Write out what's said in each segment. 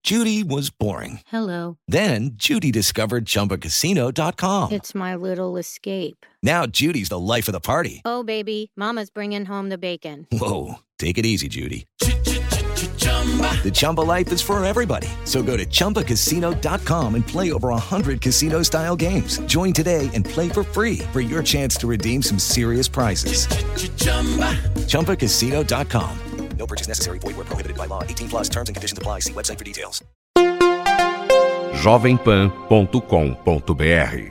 Judy was boring. Hello. Then Judy discovered ChumbaCasino.com. It's my little escape. Now Judy's the life of the party. Oh, baby, mama's bringing home the bacon. Whoa, take it easy, Judy. The Chumba life is for everybody. So go to ChumbaCasino.com and play over 100 casino-style games. Join today and play for free for your chance to redeem some serious prizes. ChumbaCasino.com. No purchase necessary. Void where prohibited by law. 18+ terms and conditions apply. See website for details. jovempan.com.br.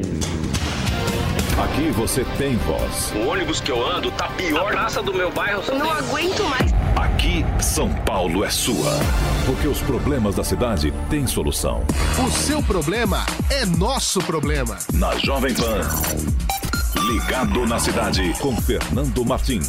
Aqui você tem voz. O ônibus que eu ando tá pior. A praça do meu bairro. Eu não aguento mais. Aqui, São Paulo é sua. Porque os problemas da cidade têm solução. O seu problema é nosso problema. Na Jovem Pan. Ligado na cidade com Fernando Martins.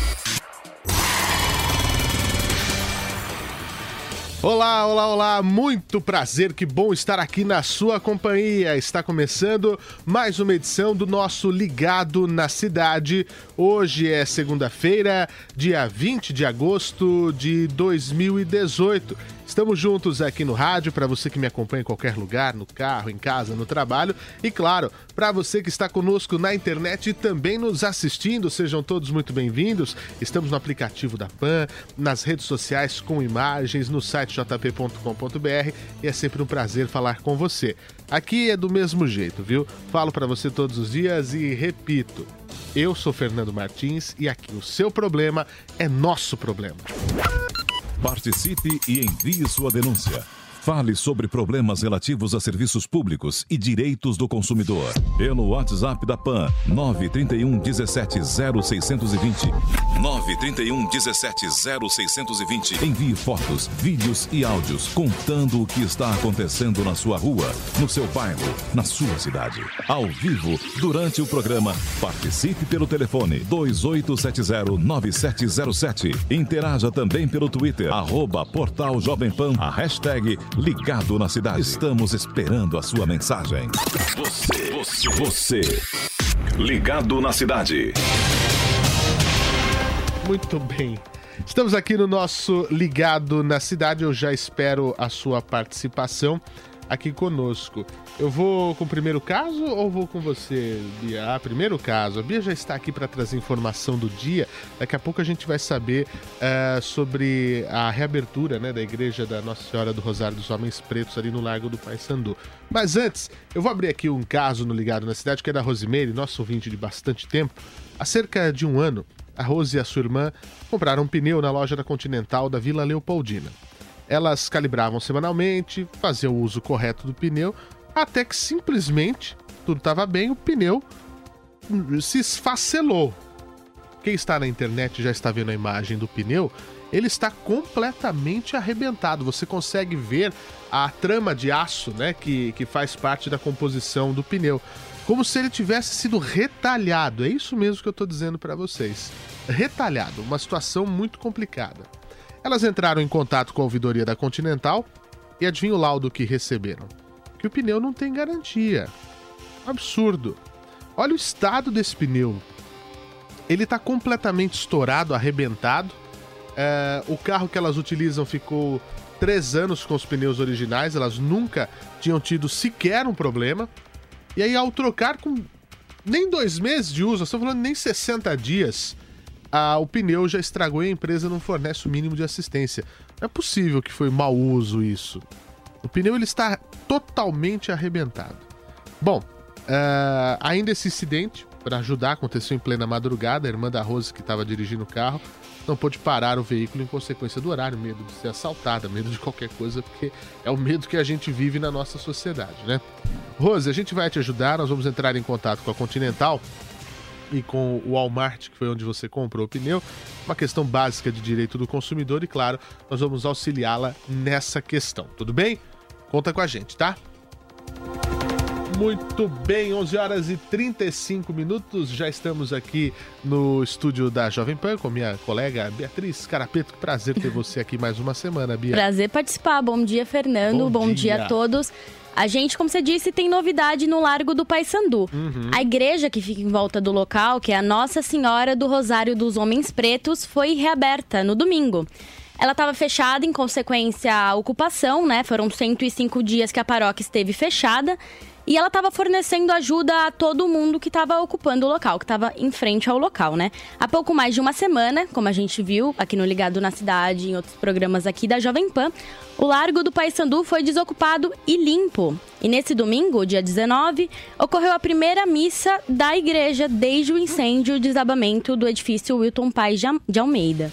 Olá, olá, olá, muito prazer, que bom estar aqui na sua companhia. Está começando mais uma edição do nosso Ligado na Cidade. Hoje é segunda-feira, dia 20 de agosto de 2018. Estamos juntos aqui no rádio, para você que me acompanha em qualquer lugar, no carro, em casa, no trabalho. E claro, para você que está conosco na internet e também nos assistindo, sejam todos muito bem-vindos. Estamos no aplicativo da PAN, nas redes sociais com imagens, no site jp.com.br e é sempre um prazer falar com você. Aqui é do mesmo jeito, viu? Falo para você todos os dias e repito, eu sou Fernando Martins e aqui o seu problema é nosso problema. Participe e envie sua denúncia. Fale sobre problemas relativos a serviços públicos e direitos do consumidor. Pelo WhatsApp da PAN, 931 17 0620. 931 17 0620. Envie fotos, vídeos e áudios contando o que está acontecendo na sua rua, no seu bairro, na sua cidade. Ao vivo, durante o programa, participe pelo telefone 2870-9707. Interaja também pelo Twitter, @Portal Jovem Pan, a hashtag Ligado na Cidade. Estamos esperando a sua mensagem. Você. Ligado na Cidade. Muito bem. Estamos aqui no nosso Ligado na Cidade. Eu já espero a sua participação aqui conosco. Eu vou com o primeiro caso ou vou com você, Bia? Primeiro caso. A Bia já está aqui para trazer informação do dia. Daqui a pouco a gente vai saber sobre a reabertura, né, da igreja da Nossa Senhora do Rosário dos Homens Pretos ali no Largo do Paissandu. Mas antes, eu vou abrir aqui um caso no Ligado na Cidade, que é da Rosimeire, nosso ouvinte de bastante tempo. Há cerca de um ano, a Rose e a sua irmã compraram um pneu na loja da Continental da Vila Leopoldina. Elas calibravam semanalmente, faziam o uso correto do pneu, até que simplesmente tudo estava bem, o pneu se esfacelou. Quem está na internet já está vendo a imagem do pneu, ele está completamente arrebentado. Você consegue ver a trama de aço, né, que faz parte da composição do pneu, como se ele tivesse sido retalhado. É isso mesmo que eu estou dizendo para vocês. Retalhado, uma situação muito complicada. Elas entraram em contato com a ouvidoria da Continental e adivinha o laudo que receberam? Que o pneu não tem garantia. Absurdo. Olha o estado desse pneu. Ele está completamente estourado, arrebentado. O carro que elas utilizam ficou 3 anos com os pneus originais. Elas nunca tinham tido sequer um problema. E aí, ao trocar com nem 2 meses de uso, nós estamos falando nem 60 dias... o pneu já estragou e a empresa não fornece o mínimo de assistência. Não é possível que foi mau uso isso. O pneu ele está totalmente arrebentado. Bom, ainda esse incidente, para ajudar, aconteceu em plena madrugada. A irmã da Rose, que estava dirigindo o carro, não pôde parar o veículo em consequência do horário, medo de ser assaltada, medo de qualquer coisa, porque é o medo que a gente vive na nossa sociedade, né? Rose, a gente vai te ajudar, nós vamos entrar em contato com a Continental e com o Walmart, que foi onde você comprou o pneu, uma questão básica de direito do consumidor e, claro, nós vamos auxiliá-la nessa questão, tudo bem? Conta com a gente, tá? Muito bem, 11 horas e 35 minutos, já estamos aqui no estúdio da Jovem Pan com minha colega Beatriz Carapeto. Que prazer ter você aqui mais uma semana, Bia. Prazer participar, bom dia, Fernando, bom dia a todos. A gente, como você disse, tem novidade no Largo do Paissandu. A igreja que fica em volta do local, que é a Nossa Senhora do Rosário dos Homens Pretos, foi reaberta no domingo. Ela estava fechada em consequência à ocupação, né? Foram 105 dias que a paróquia esteve fechada. E ela estava fornecendo ajuda a todo mundo que estava ocupando o local, que estava em frente ao local, né? Há pouco mais de uma semana, como a gente viu aqui no Ligado na Cidade, em outros programas aqui da Jovem Pan, o Largo do Paissandu foi desocupado e limpo. E nesse domingo, dia 19, ocorreu a primeira missa da igreja desde o incêndio e o desabamento do edifício Wilton Paes de Almeida.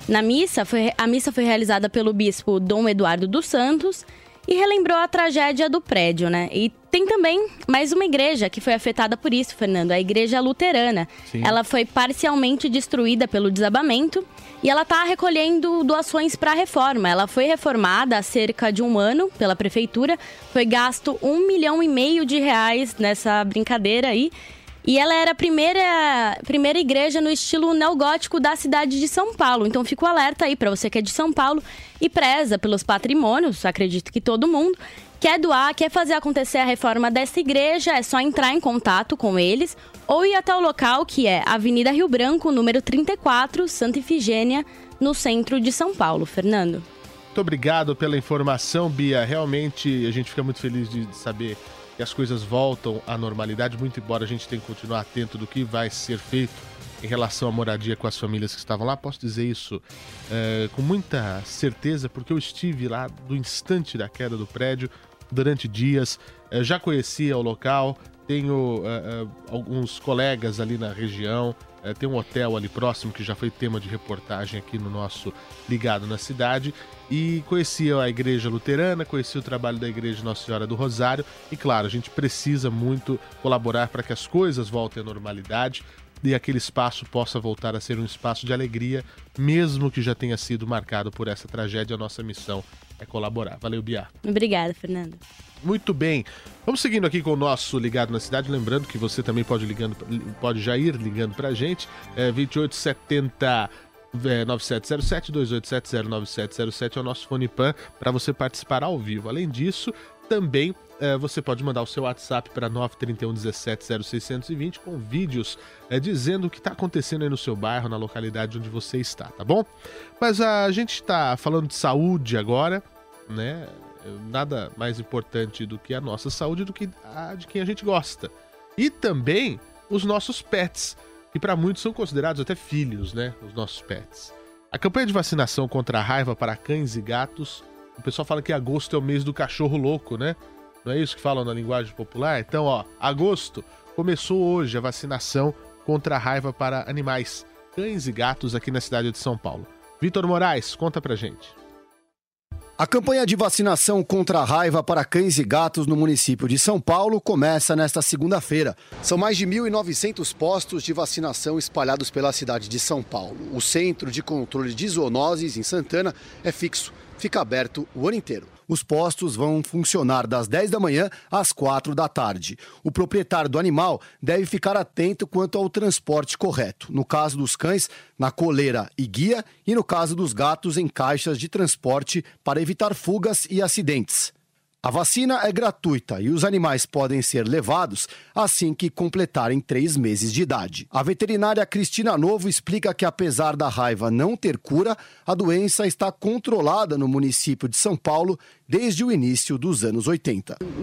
A missa foi realizada pelo bispo Dom Eduardo dos Santos e relembrou a tragédia do prédio, né? E tem também mais uma igreja que foi afetada por isso, Fernando, a Igreja Luterana. Sim. Ela foi parcialmente destruída pelo desabamento e ela está recolhendo doações para a reforma. Ela foi reformada há cerca de um ano pela prefeitura, foi gasto R$1,5 milhão nessa brincadeira aí. E ela era a primeira igreja no estilo neogótico da cidade de São Paulo. Então fica o alerta aí para você que é de São Paulo e preza pelos patrimônios, acredito que todo mundo. Quer doar, quer fazer acontecer a reforma dessa igreja, é só entrar em contato com eles ou ir até o local, que é Avenida Rio Branco, número 34, Santa Ifigênia, no centro de São Paulo. Fernando. Muito obrigado pela informação, Bia. Realmente a gente fica muito feliz de saber que as coisas voltam à normalidade, muito embora a gente tenha que continuar atento do que vai ser feito em relação à moradia com as famílias que estavam lá. Posso dizer isso com muita certeza, porque eu estive lá do instante da queda do prédio, durante dias, já conhecia o local, tenho alguns colegas ali na região, tem um hotel ali próximo que já foi tema de reportagem aqui no nosso Ligado na Cidade, e conhecia a Igreja Luterana, conhecia o trabalho da Igreja Nossa Senhora do Rosário, e claro, a gente precisa muito colaborar para que as coisas voltem à normalidade e aquele espaço possa voltar a ser um espaço de alegria, mesmo que já tenha sido marcado por essa tragédia. A nossa missão é colaborar. Valeu, Bia. Obrigada, Fernando. Muito bem. Vamos seguindo aqui com o nosso Ligado na Cidade. Lembrando que você também pode já ir ligando pra gente. 2870 9707 2870 9707 é o nosso Fone Pan para você participar ao vivo. Além disso, também você pode mandar o seu WhatsApp para 931 17 0620 com vídeos dizendo o que está acontecendo aí no seu bairro, na localidade onde você está, tá bom? Mas a gente está falando de saúde agora, né? Nada mais importante do que a nossa saúde, do que a de quem a gente gosta. E também os nossos pets, que para muitos são considerados até filhos, né? Os nossos pets. A campanha de vacinação contra a raiva para cães e gatos, o pessoal fala que agosto é o mês do cachorro louco, né? Não é isso que falam na linguagem popular? Então, agosto começou hoje a vacinação contra a raiva para animais, cães e gatos aqui na cidade de São Paulo. Vitor Moraes, conta pra gente. A campanha de vacinação contra a raiva para cães e gatos no município de São Paulo começa nesta segunda-feira. São mais de 1.900 postos de vacinação espalhados pela cidade de São Paulo. O Centro de Controle de Zoonoses, em Santana, é fixo, fica aberto o ano inteiro. Os postos vão funcionar das 10 da manhã às 4 da tarde. O proprietário do animal deve ficar atento quanto ao transporte correto. No caso dos cães, na coleira e guia, e no caso dos gatos, em caixas de transporte para evitar fugas e acidentes. A vacina é gratuita e os animais podem ser levados assim que completarem 3 meses de idade. A veterinária Cristina Novo explica que, apesar da raiva não ter cura, a doença está controlada no município de São Paulo desde o início dos anos 80. Em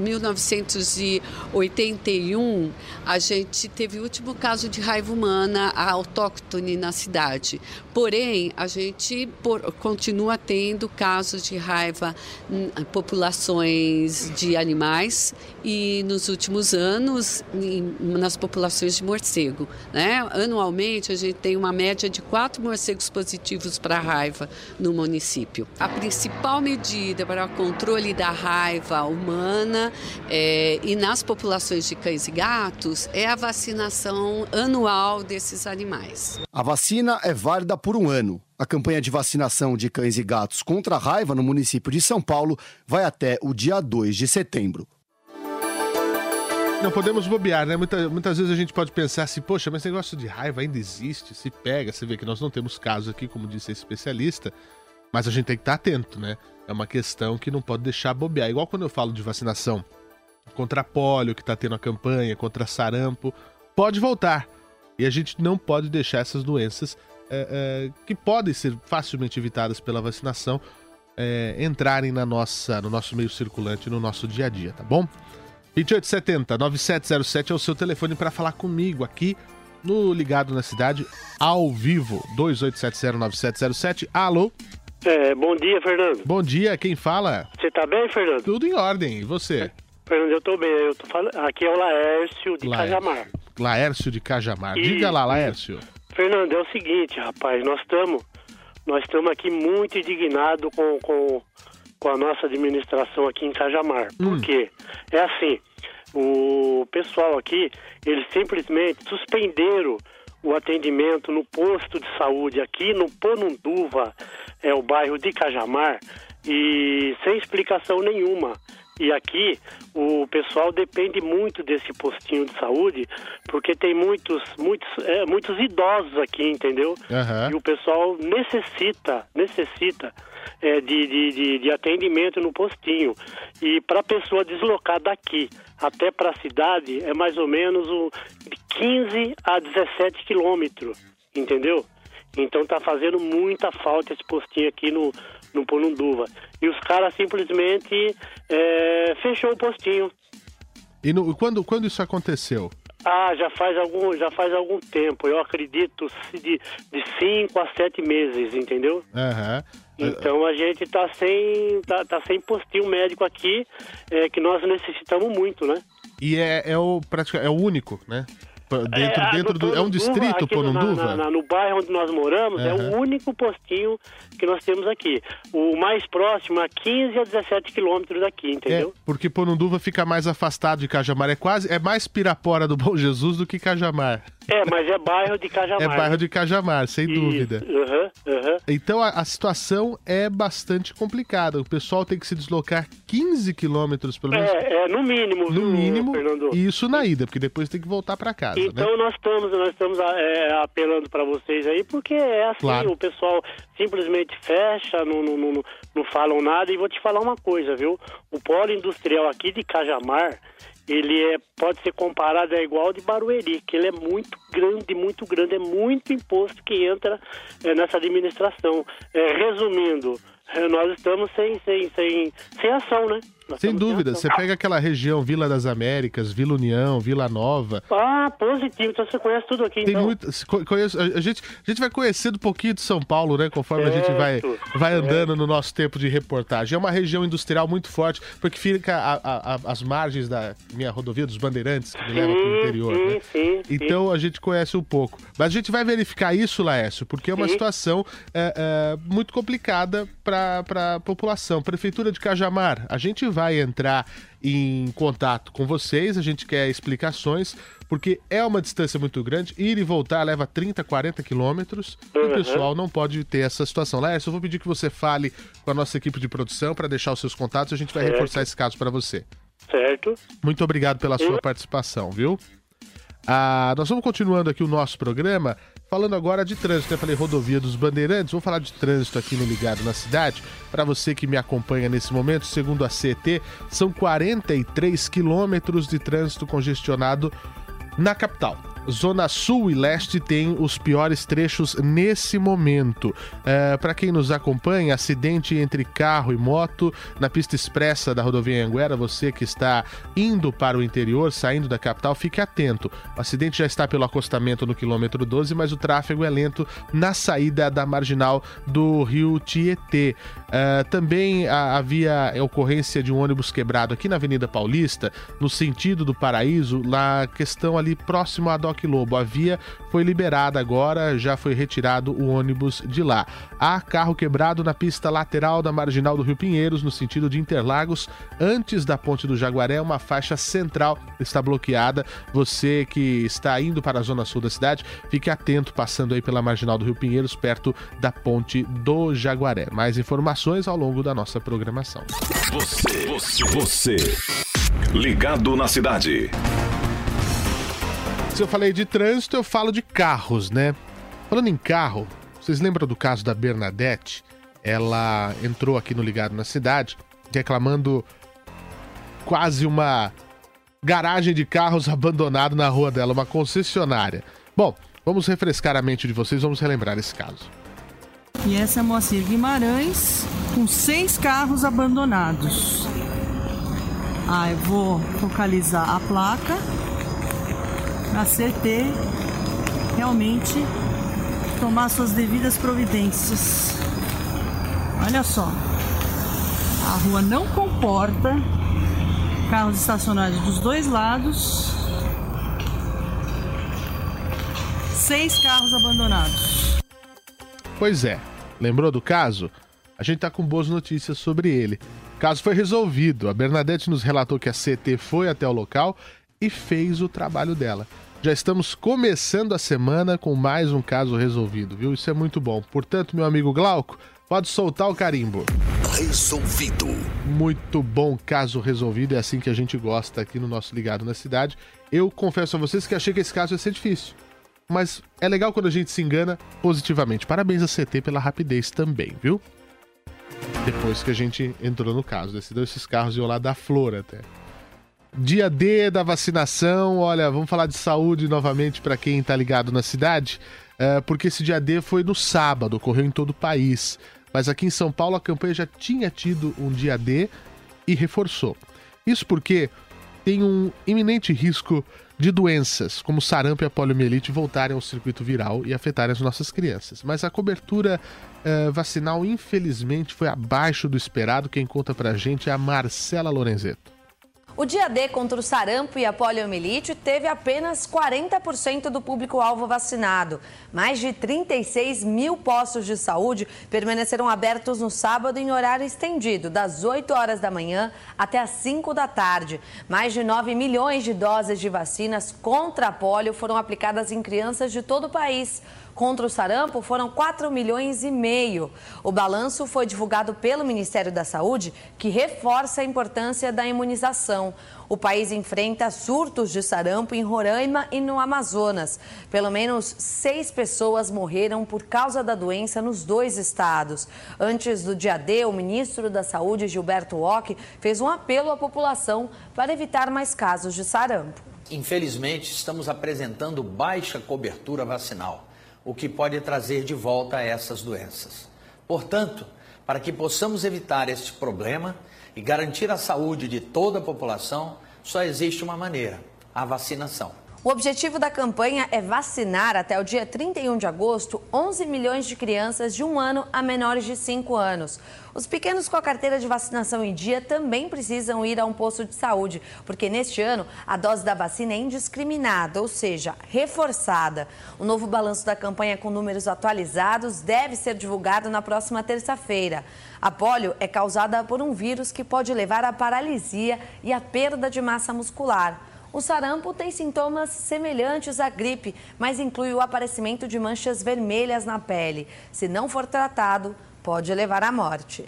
1981, a gente teve o último caso de raiva humana autóctone na cidade. Porém, a gente continua tendo casos de raiva em populações de animais e, nos últimos anos, nas populações de morcego, né? Anualmente, a gente tem uma média de 4 morcegos positivos para a raiva no município. A principal medida para o controle da raiva humana e nas populações de cães e gatos é a vacinação anual desses animais. A vacina é válida por 1 ano. A campanha de vacinação de cães e gatos contra a raiva no município de São Paulo vai até o dia 2 de setembro. Não podemos bobear, né? Muitas vezes a gente pode pensar assim, poxa, mas esse negócio de raiva ainda existe, se pega. Você vê que nós não temos casos aqui, como disse esse especialista, mas a gente tem que estar atento, né? É uma questão que não pode deixar bobear. Igual quando eu falo de vacinação contra pólio, que está tendo a campanha, contra sarampo, pode voltar. E a gente não pode deixar essas doenças que podem ser facilmente evitadas pela vacinação, entrarem no nosso meio circulante, no nosso dia a dia, tá bom? 2870-9707 é o seu telefone para falar comigo aqui no Ligado na Cidade, ao vivo, 2870-9707. Alô? Bom dia, Fernando. Bom dia, quem fala? Você tá bem, Fernando? Tudo em ordem, e você? Fernando, eu tô bem. Aqui é o Laércio de Cajamar. Laércio de Cajamar. Diga lá, Laércio. Fernando, é o seguinte, rapaz, nós estamos aqui muito indignados com a nossa administração aqui em Cajamar. Por quê? É assim, o pessoal aqui, eles simplesmente suspenderam o atendimento no posto de saúde aqui no Ponunduva, o bairro de Cajamar, e sem explicação nenhuma. E aqui o pessoal depende muito desse postinho de saúde, porque tem muitos idosos aqui, entendeu? Uhum. E o pessoal necessita de atendimento no postinho. E para a pessoa deslocar daqui até para a cidade é mais ou menos de 15 a 17 quilômetros, entendeu? Então tá fazendo muita falta esse postinho aqui no Ponunduva. E os caras simplesmente fechou o postinho. E quando isso aconteceu? Já faz algum tempo. Eu acredito de 5 a 7 meses, entendeu? Aham. Então a gente tá sem postinho médico aqui, que nós necessitamos muito, né? E é o único, né? É um distrito, Ponunduva? No bairro onde nós moramos, é o único postinho que nós temos aqui. O mais próximo é 15 a 17 quilômetros daqui, entendeu? Porque Ponunduva fica mais afastado de Cajamar. É mais Pirapora do Bom Jesus do que Cajamar. Mas é bairro de Cajamar. É bairro de Cajamar, sem dúvida. Então a situação é bastante complicada. O pessoal tem que se deslocar 15 quilômetros, pelo menos. No mínimo. No mínimo, Fernando. E isso na ida, porque depois tem que voltar para casa. Então nós estamos apelando para vocês aí, porque é assim, claro. O pessoal simplesmente fecha, não falam nada. E vou te falar uma coisa, viu? O polo industrial aqui de Cajamar, ele pode ser comparado, igual de Barueri, que ele é muito grande, é muito imposto que entra nessa administração. Resumindo, nós estamos sem ação, né? Sem dúvida, você pega aquela região Vila das Américas, Vila União, Vila Nova. Positivo, então você conhece tudo aqui, Tem então. A gente vai conhecendo um pouquinho de São Paulo, né, conforme a gente vai andando no nosso tempo de reportagem. É uma região industrial muito forte, porque fica às margens da minha rodovia dos Bandeirantes, que me leva para o interior, né? Então a gente conhece um pouco. Mas a gente vai verificar isso, Laércio, porque é uma situação muito complicada para a população. Prefeitura de Cajamar, a gente vai entrar em contato com vocês, a gente quer explicações, porque é uma distância muito grande, ir e voltar leva 30, 40 quilômetros, e o pessoal não pode ter essa situação. Laércio, eu vou pedir que você fale com a nossa equipe de produção para deixar os seus contatos, a gente vai reforçar esse caso para você. Certo. Muito obrigado pela sua participação, viu? Nós vamos continuando aqui o nosso programa, falando agora de trânsito. Eu falei rodovia dos Bandeirantes, vou falar de trânsito aqui no Ligado na Cidade. Para você que me acompanha nesse momento, segundo a CET, são 43 quilômetros de trânsito congestionado na capital. Zona Sul e Leste tem os piores trechos nesse momento. Para quem nos acompanha, acidente entre carro e moto na pista expressa da rodovia Anhanguera. Você que está indo para o interior, saindo da capital, fique atento. O acidente já está pelo acostamento no quilômetro 12, mas o tráfego é lento na saída da marginal do Rio Tietê. Também havia ocorrência de um ônibus quebrado aqui na Avenida Paulista, no sentido do Paraíso, na questão ali próximo à Doc Lobo. A via foi liberada agora, já foi retirado o ônibus de lá. Há carro quebrado na pista lateral da marginal do Rio Pinheiros, no sentido de Interlagos, antes da Ponte do Jaguaré. Uma faixa central está bloqueada. Você que está indo para a zona sul da cidade, fique atento passando aí pela marginal do Rio Pinheiros, perto da Ponte do Jaguaré. Mais informações ao longo da nossa programação. Você ligado na cidade. Se eu falei de trânsito, eu falo de carros, né? Falando em carro, vocês lembram do caso da Bernadette? Ela entrou aqui no Ligado na Cidade, reclamando quase uma garagem de carros abandonado na rua dela, uma concessionária. Bom, Vamos refrescar a mente de vocês, vamos relembrar esse caso. E essa é Moacir Guimarães, com 6 carros abandonados. Eu vou focalizar a placa para a CT realmente tomar suas devidas providências. Olha só, a rua não comporta carros estacionados dos dois lados. 6 carros abandonados. Pois é, lembrou do caso? A gente tá com boas notícias sobre ele. O caso foi resolvido. A Bernadette nos relatou que a CT foi até o local e fez o trabalho dela. Já estamos começando a semana com mais um caso resolvido, viu? Isso é muito bom. Portanto, meu amigo Glauco, pode soltar o carimbo. Resolvido. Muito bom caso resolvido, é assim que a gente gosta aqui no nosso Ligado na Cidade. Eu confesso a vocês que achei que esse caso ia ser difícil. Mas é legal quando a gente se engana positivamente. Parabéns a CT pela rapidez também, viu? Depois que a gente entrou no caso, decidiu esses carros iam lá da Flor até. Dia D da vacinação, olha, vamos falar de saúde novamente para quem tá ligado na cidade, porque esse dia D foi no sábado, ocorreu em todo o país. Mas aqui em São Paulo a campanha já tinha tido um dia D e reforçou. Isso porque tem um iminente risco de doenças como sarampo e a poliomielite voltarem ao circuito viral e afetarem as nossas crianças. Mas a cobertura vacinal, infelizmente, foi abaixo do esperado. Quem conta pra gente é a Marcela Lorenzetto. O dia D contra o sarampo e a poliomielite teve apenas 40% do público-alvo vacinado. Mais de 36 mil postos de saúde permaneceram abertos no sábado em horário estendido, das 8 horas da manhã até as 5 da tarde. Mais de 9 milhões de doses de vacinas contra a polio foram aplicadas em crianças de todo o país. Contra o sarampo foram 4,5 milhões. O balanço foi divulgado pelo Ministério da Saúde, que reforça a importância da imunização. O país enfrenta surtos de sarampo em Roraima e no Amazonas. Pelo menos 6 pessoas morreram por causa da doença nos 2 estados. Antes do dia D, o ministro da Saúde, Gilberto Ock, fez um apelo à população para evitar mais casos de sarampo. Infelizmente, estamos apresentando baixa cobertura vacinal, o que pode trazer de volta essas doenças. Portanto, para que possamos evitar este problema e garantir a saúde de toda a população, só existe uma maneira: a vacinação. O objetivo da campanha é vacinar até o dia 31 de agosto 11 milhões de crianças de 1 ano a menores de 5 anos. Os pequenos com a carteira de vacinação em dia também precisam ir a um posto de saúde, porque neste ano a dose da vacina é indiscriminada, ou seja, reforçada. O novo balanço da campanha com números atualizados deve ser divulgado na próxima terça-feira. A polio é causada por um vírus que pode levar à paralisia e à perda de massa muscular. O sarampo tem sintomas semelhantes à gripe, mas inclui o aparecimento de manchas vermelhas na pele. Se não for tratado, pode levar à morte.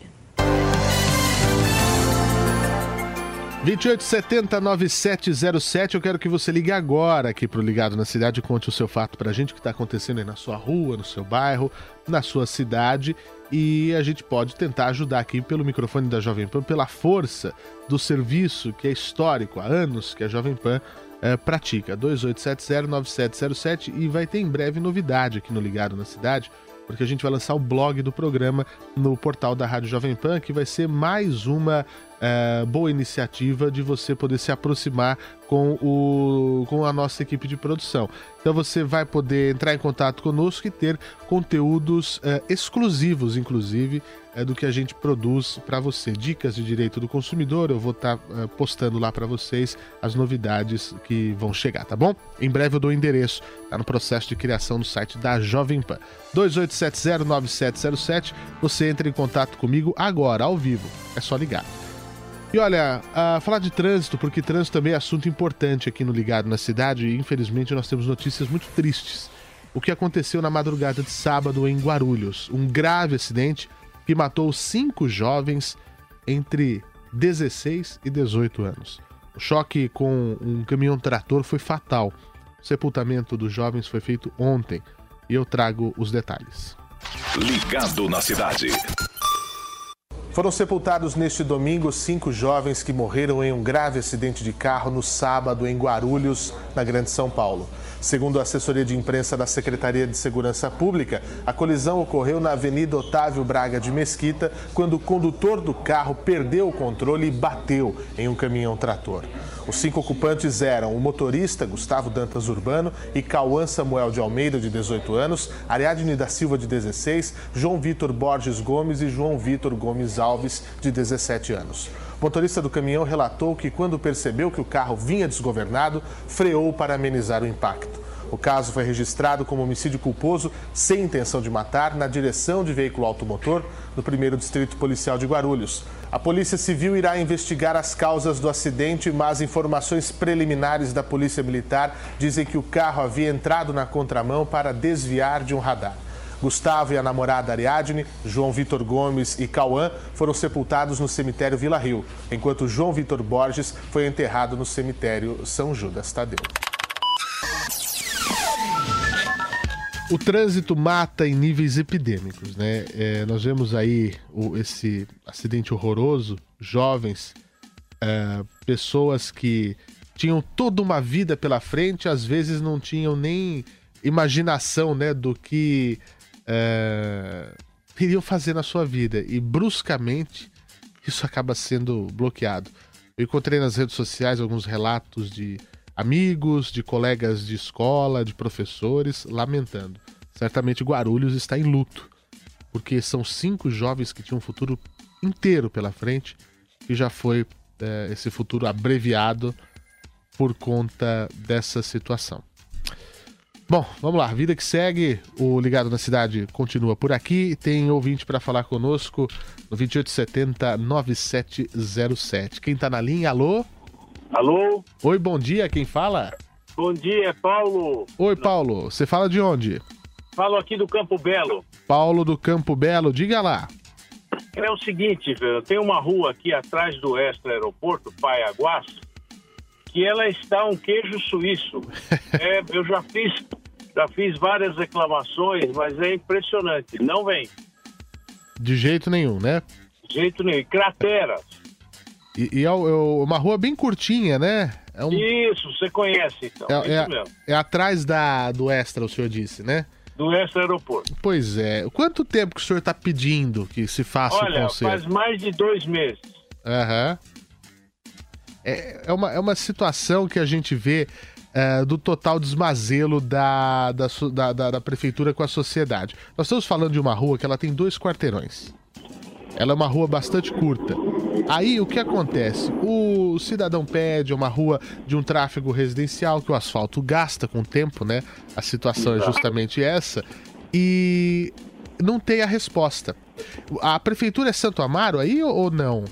2870-9707, eu quero que você ligue agora aqui pro Ligado na Cidade e conte o seu fato pra gente, o que tá acontecendo aí na sua rua, no seu bairro, na sua cidade, e a gente pode tentar ajudar aqui pelo microfone da Jovem Pan, pela força do serviço que é histórico, há anos que a Jovem Pan pratica. 2870-9707, e vai ter em breve novidade aqui no Ligado na Cidade, porque a gente vai lançar o blog do programa no portal da Rádio Jovem Pan, que vai ser mais uma boa iniciativa de você poder se aproximar com a nossa equipe de produção. Então você vai poder entrar em contato conosco e ter conteúdos exclusivos, inclusive, do que a gente produz para você. Dicas de direito do consumidor, eu vou estar postando lá para vocês as novidades que vão chegar, tá bom? Em breve eu dou o endereço, tá no processo de criação no site da Jovem Pan. 2870-9707, você entra em contato comigo agora, ao vivo, é só ligar. E olha, falar de trânsito, porque trânsito também é assunto importante aqui no Ligado na Cidade, e infelizmente nós temos notícias muito tristes. O que aconteceu na madrugada de sábado em Guarulhos, um grave acidente que matou 5 jovens entre 16 e 18 anos. O choque com um caminhão-trator foi fatal. O sepultamento dos jovens foi feito ontem, e eu trago os detalhes. Ligado na Cidade. Foram sepultados neste domingo 5 jovens que morreram em um grave acidente de carro no sábado em Guarulhos, na Grande São Paulo. Segundo a assessoria de imprensa da Secretaria de Segurança Pública, a colisão ocorreu na Avenida Otávio Braga de Mesquita, quando o condutor do carro perdeu o controle e bateu em um caminhão-trator. Os 5 ocupantes eram o motorista, Gustavo Dantas Urbano, e Cauã Samuel de Almeida, de 18 anos, Ariadne da Silva, de 16, João Vitor Borges Gomes e João Vitor Gomes Alves, de 17 anos. O motorista do caminhão relatou que, quando percebeu que o carro vinha desgovernado, freou para amenizar o impacto. O caso foi registrado como homicídio culposo sem intenção de matar na direção de veículo automotor no 1º Distrito Policial de Guarulhos. A Polícia Civil irá investigar as causas do acidente, mas informações preliminares da Polícia Militar dizem que o carro havia entrado na contramão para desviar de um radar. Gustavo e a namorada Ariadne, João Vitor Gomes e Cauã foram sepultados no cemitério Vila Rio, enquanto João Vitor Borges foi enterrado no cemitério São Judas Tadeu. O trânsito mata em níveis epidêmicos, né? Nós vemos aí esse acidente horroroso, jovens, pessoas que tinham toda uma vida pela frente, às vezes não tinham nem imaginação, né, do que iriam fazer na sua vida. E bruscamente isso acaba sendo bloqueado. Eu encontrei nas redes sociais alguns relatos de amigos, de colegas de escola, de professores, lamentando. Certamente Guarulhos está em luto, porque são 5 jovens que tinham um futuro inteiro pela frente e já foi esse futuro abreviado por conta dessa situação. Bom, vamos lá, vida que segue, o Ligado na Cidade continua por aqui, tem ouvinte para falar conosco no 2870-9707. Quem está na linha, alô? Alô? Oi, bom dia, quem fala? Bom dia, Paulo. Oi, Paulo, você fala de onde? Falo aqui do Campo Belo. Paulo do Campo Belo, diga lá. É o seguinte, tem uma rua aqui atrás do Extra Aeroporto, Paiaguás, que ela está um queijo suíço. Eu já fiz várias reclamações, mas é impressionante, não vem. De jeito nenhum, né? De jeito nenhum, crateras. E é uma rua bem curtinha, né? Isso, você conhece então, isso mesmo. É atrás do Extra, o senhor disse, né? Do Extra Aeroporto. Pois é. Quanto tempo que o senhor está pedindo que se faça o conserto? Faz mais de 2 meses. Aham. É uma situação que a gente vê do total desmazelo da prefeitura com a sociedade. Nós estamos falando de uma rua que ela tem 2 quarteirões. Ela é uma rua bastante curta. Aí o que acontece? O cidadão pede uma rua de um tráfego residencial que o asfalto gasta com o tempo, né? A situação é justamente essa. E não tem a resposta. A prefeitura é Santo Amaro aí ou não?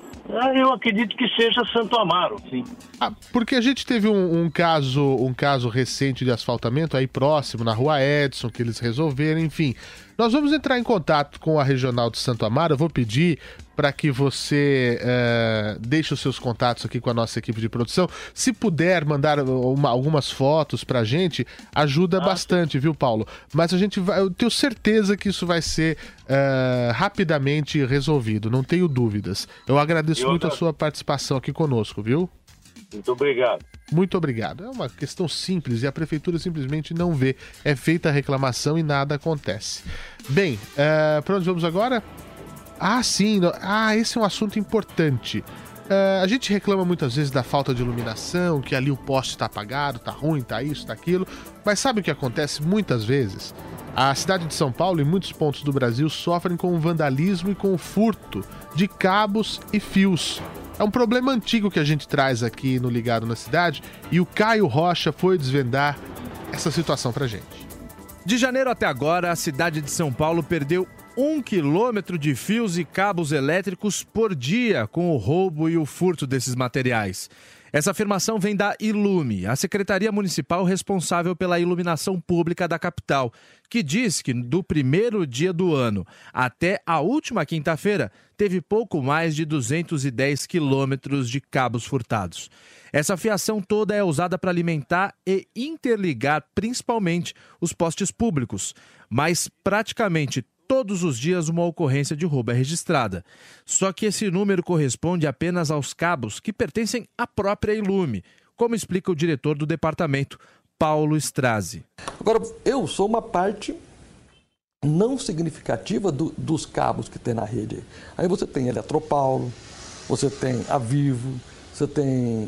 Eu acredito que seja Santo Amaro, sim. Porque a gente teve um caso recente de asfaltamento aí próximo, na Rua Edson, que eles resolveram, enfim. Nós vamos entrar em contato com a Regional de Santo Amaro. Eu vou pedir para que você deixe os seus contatos aqui com a nossa equipe de produção. Se puder mandar algumas fotos pra gente, ajuda bastante, viu, Paulo? Mas eu tenho certeza que isso vai ser rapidamente resolvido, não tenho dúvidas. Eu agradeço muito a sua participação aqui conosco, viu? Muito obrigado. Muito obrigado. É uma questão simples e a prefeitura simplesmente não vê. É feita a reclamação e nada acontece. Bem, para onde vamos agora? Sim. Esse é um assunto importante. A gente reclama muitas vezes da falta de iluminação, que ali o poste está apagado, está ruim, está isso, está aquilo. Mas sabe o que acontece muitas vezes? A cidade de São Paulo e muitos pontos do Brasil sofrem com o vandalismo e com o furto de cabos e fios. É um problema antigo que a gente traz aqui no Ligado na Cidade e o Caio Rocha foi desvendar essa situação pra gente. De janeiro até agora, a cidade de São Paulo perdeu 1 quilômetro de fios e cabos elétricos por dia com o roubo e o furto desses materiais. Essa afirmação vem da Ilume, a Secretaria Municipal responsável pela iluminação pública da capital, que diz que do primeiro dia do ano até a última quinta-feira teve pouco mais de 210 quilômetros de cabos furtados. Essa fiação toda é usada para alimentar e interligar principalmente os postes públicos, mas praticamente todos os dias uma ocorrência de roubo é registrada. Só que esse número corresponde apenas aos cabos que pertencem à própria Ilume, como explica o diretor do departamento, Paulo Strazi. Agora, eu sou uma parte não significativa dos cabos que tem na rede. Aí você tem Eletropaulo, você tem a Vivo, você tem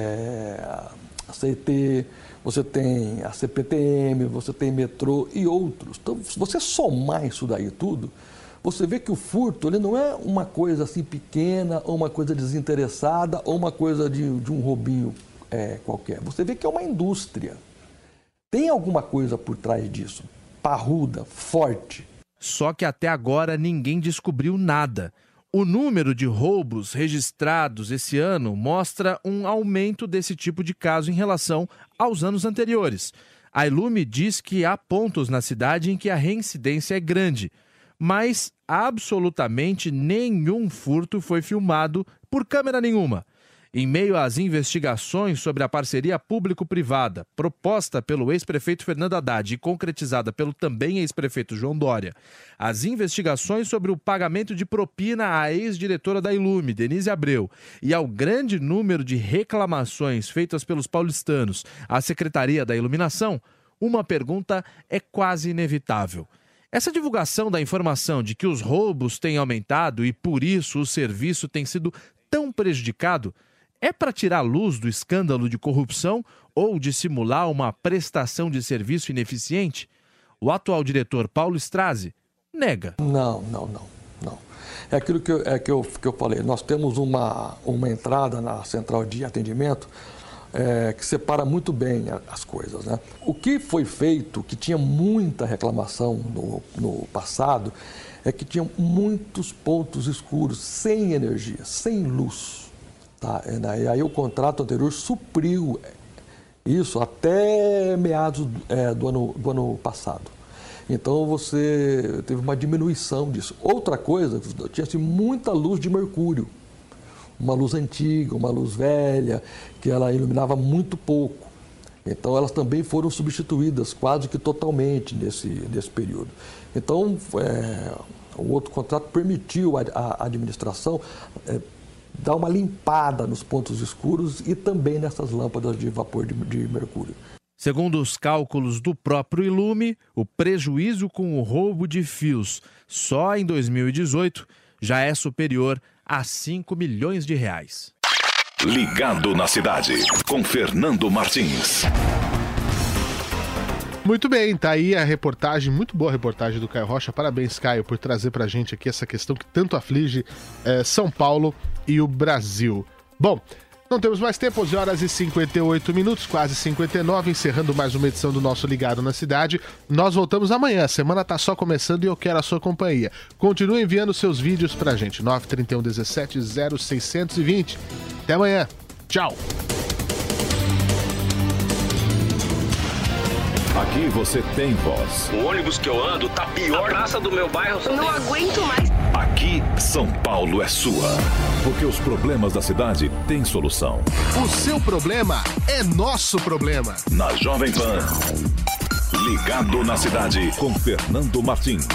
a CET, você tem a CPTM, você tem Metrô e outros. Então, se você somar isso daí tudo, você vê que o furto ele não é uma coisa assim pequena, ou uma coisa desinteressada, ou uma coisa de um roubinho qualquer. Você vê que é uma indústria. Tem alguma coisa por trás disso, parruda, forte. Só que até agora ninguém descobriu nada. O número de roubos registrados esse ano mostra um aumento desse tipo de caso em relação aos anos anteriores. A Ilume diz que há pontos na cidade em que a reincidência é grande, mas absolutamente nenhum furto foi filmado por câmera nenhuma. Em meio às investigações sobre a parceria público-privada proposta pelo ex-prefeito Fernando Haddad e concretizada pelo também ex-prefeito João Dória, as investigações sobre o pagamento de propina à ex-diretora da Ilume, Denise Abreu, e ao grande número de reclamações feitas pelos paulistanos à Secretaria da Iluminação, uma pergunta é quase inevitável. Essa divulgação da informação de que os roubos têm aumentado e por isso o serviço tem sido tão prejudicado é para tirar luz do escândalo de corrupção ou de simular uma prestação de serviço ineficiente? O atual diretor Paulo Strazi nega. Não. É aquilo que eu falei. Nós temos uma entrada na central de atendimento que separa muito bem as coisas, né? O que foi feito, que tinha muita reclamação no passado, é que tinha muitos pontos escuros, sem energia, sem luz. Tá? E aí o contrato anterior supriu isso até meados do ano passado. Então você teve uma diminuição disso. Outra coisa, tinha-se muita luz de mercúrio. Uma luz antiga, uma luz velha, que ela iluminava muito pouco. Então elas também foram substituídas quase que totalmente nesse período. Então o outro contrato permitiu à administração dar uma limpada nos pontos escuros e também nessas lâmpadas de vapor de mercúrio. Segundo os cálculos do próprio Ilume, o prejuízo com o roubo de fios só em 2018 já é superior a 5 milhões de reais. Ligado na cidade, com Fernando Martins. Muito bem, tá aí a reportagem, muito boa reportagem do Caio Rocha. Parabéns, Caio, por trazer pra gente aqui essa questão que tanto aflige São Paulo e o Brasil. Bom, não temos mais tempo, 11 horas e 58 minutos, quase 59, encerrando mais uma edição do nosso Ligado na Cidade. Nós voltamos amanhã, a semana tá só começando e eu quero a sua companhia. Continue enviando seus vídeos pra gente, 931 17 0620. Até amanhã, tchau! Aqui você tem voz. O ônibus que eu ando tá pior. A praça do meu bairro... Eu não aguento mais. Aqui, São Paulo é sua. Porque os problemas da cidade têm solução. O seu problema é nosso problema. Na Jovem Pan. Ligado na cidade, com Fernando Martins.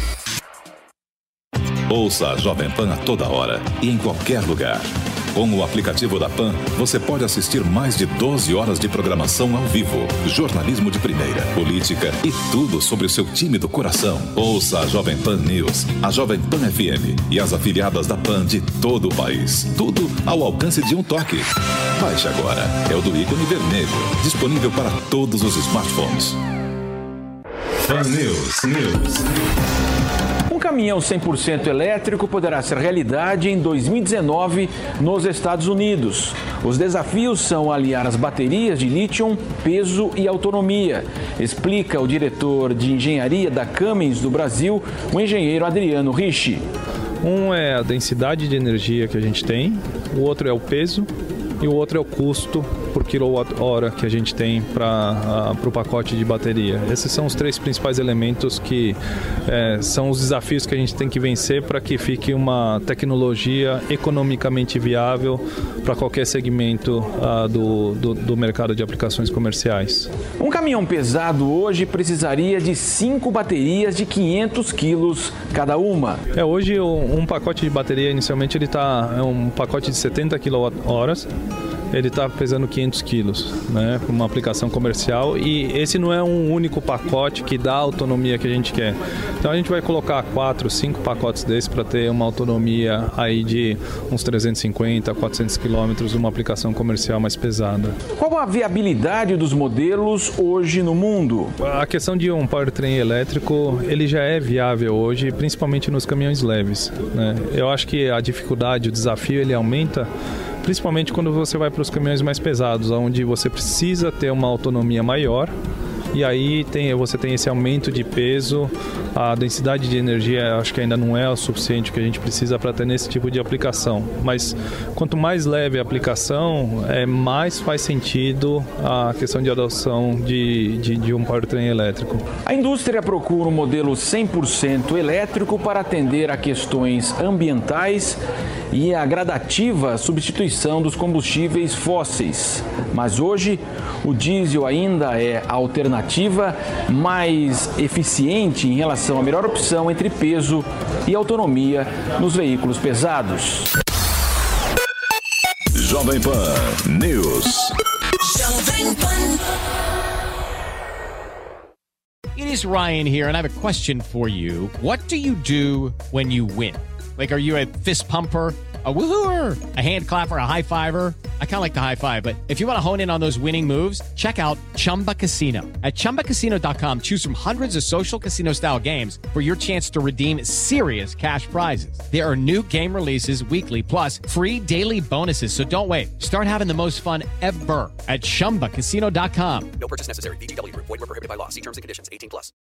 Ouça a Jovem Pan a toda hora e em qualquer lugar. Com o aplicativo da PAN, você pode assistir mais de 12 horas de programação ao vivo, jornalismo de primeira, política e tudo sobre o seu time do coração. Ouça a Jovem Pan News, a Jovem Pan FM e as afiliadas da PAN de todo o país. Tudo ao alcance de um toque. Baixe agora. É o do ícone vermelho, disponível para todos os smartphones. Pan News. Um caminhão 100% elétrico poderá ser realidade em 2019 nos Estados Unidos. Os desafios são alinhar as baterias de lítio, peso e autonomia, explica o diretor de engenharia da Cummins do Brasil, o engenheiro Adriano Ricci. Um é a densidade de energia que a gente tem, o outro é o peso e o outro é o custo por quilowatt-hora que a gente tem para o pacote de bateria. Esses são os 3 principais elementos que são os desafios que a gente tem que vencer para que fique uma tecnologia economicamente viável para qualquer segmento do mercado de aplicações comerciais. Um caminhão pesado hoje precisaria de 5 baterias de 500 quilos cada uma. Hoje um pacote de bateria inicialmente é um pacote de 70 kWh. Ele está pesando 500 quilos, né, para uma aplicação comercial, e esse não é um único pacote que dá a autonomia que a gente quer. Então a gente vai colocar 4, 5 pacotes desses para ter uma autonomia aí de uns 350, 400 quilômetros, uma aplicação comercial mais pesada. Qual a viabilidade dos modelos hoje no mundo? A questão de um powertrain elétrico, ele já é viável hoje, principalmente nos caminhões leves, né? Eu acho que a dificuldade, o desafio, ele aumenta principalmente quando você vai para os caminhões mais pesados, onde você precisa ter uma autonomia maior, e aí você tem esse aumento de peso, a densidade de energia acho que ainda não é o suficiente que a gente precisa para ter nesse tipo de aplicação. Mas quanto mais leve a aplicação, mais faz sentido a questão de adoção de um powertrain elétrico. A indústria procura um modelo 100% elétrico para atender a questões ambientais e a gradativa substituição dos combustíveis fósseis. Mas hoje, o diesel ainda é a alternativa mais eficiente em relação à melhor opção entre peso e autonomia nos veículos pesados. Jovem Pan News. It is Ryan here, and I have a question for you. What do you do when you win? Like, are you a fist pumper, a woohooer, a hand clapper, a high fiver? I kind of like the high five, but if you want to hone in on those winning moves, check out Chumba Casino. At ChumbaCasino.com, choose from hundreds of social casino-style games for your chance to redeem serious cash prizes. There are new game releases weekly, plus free daily bonuses, so don't wait. Start having the most fun ever at ChumbaCasino.com. No purchase necessary. VGW Group. Void where prohibited by law. See terms and conditions. 18+.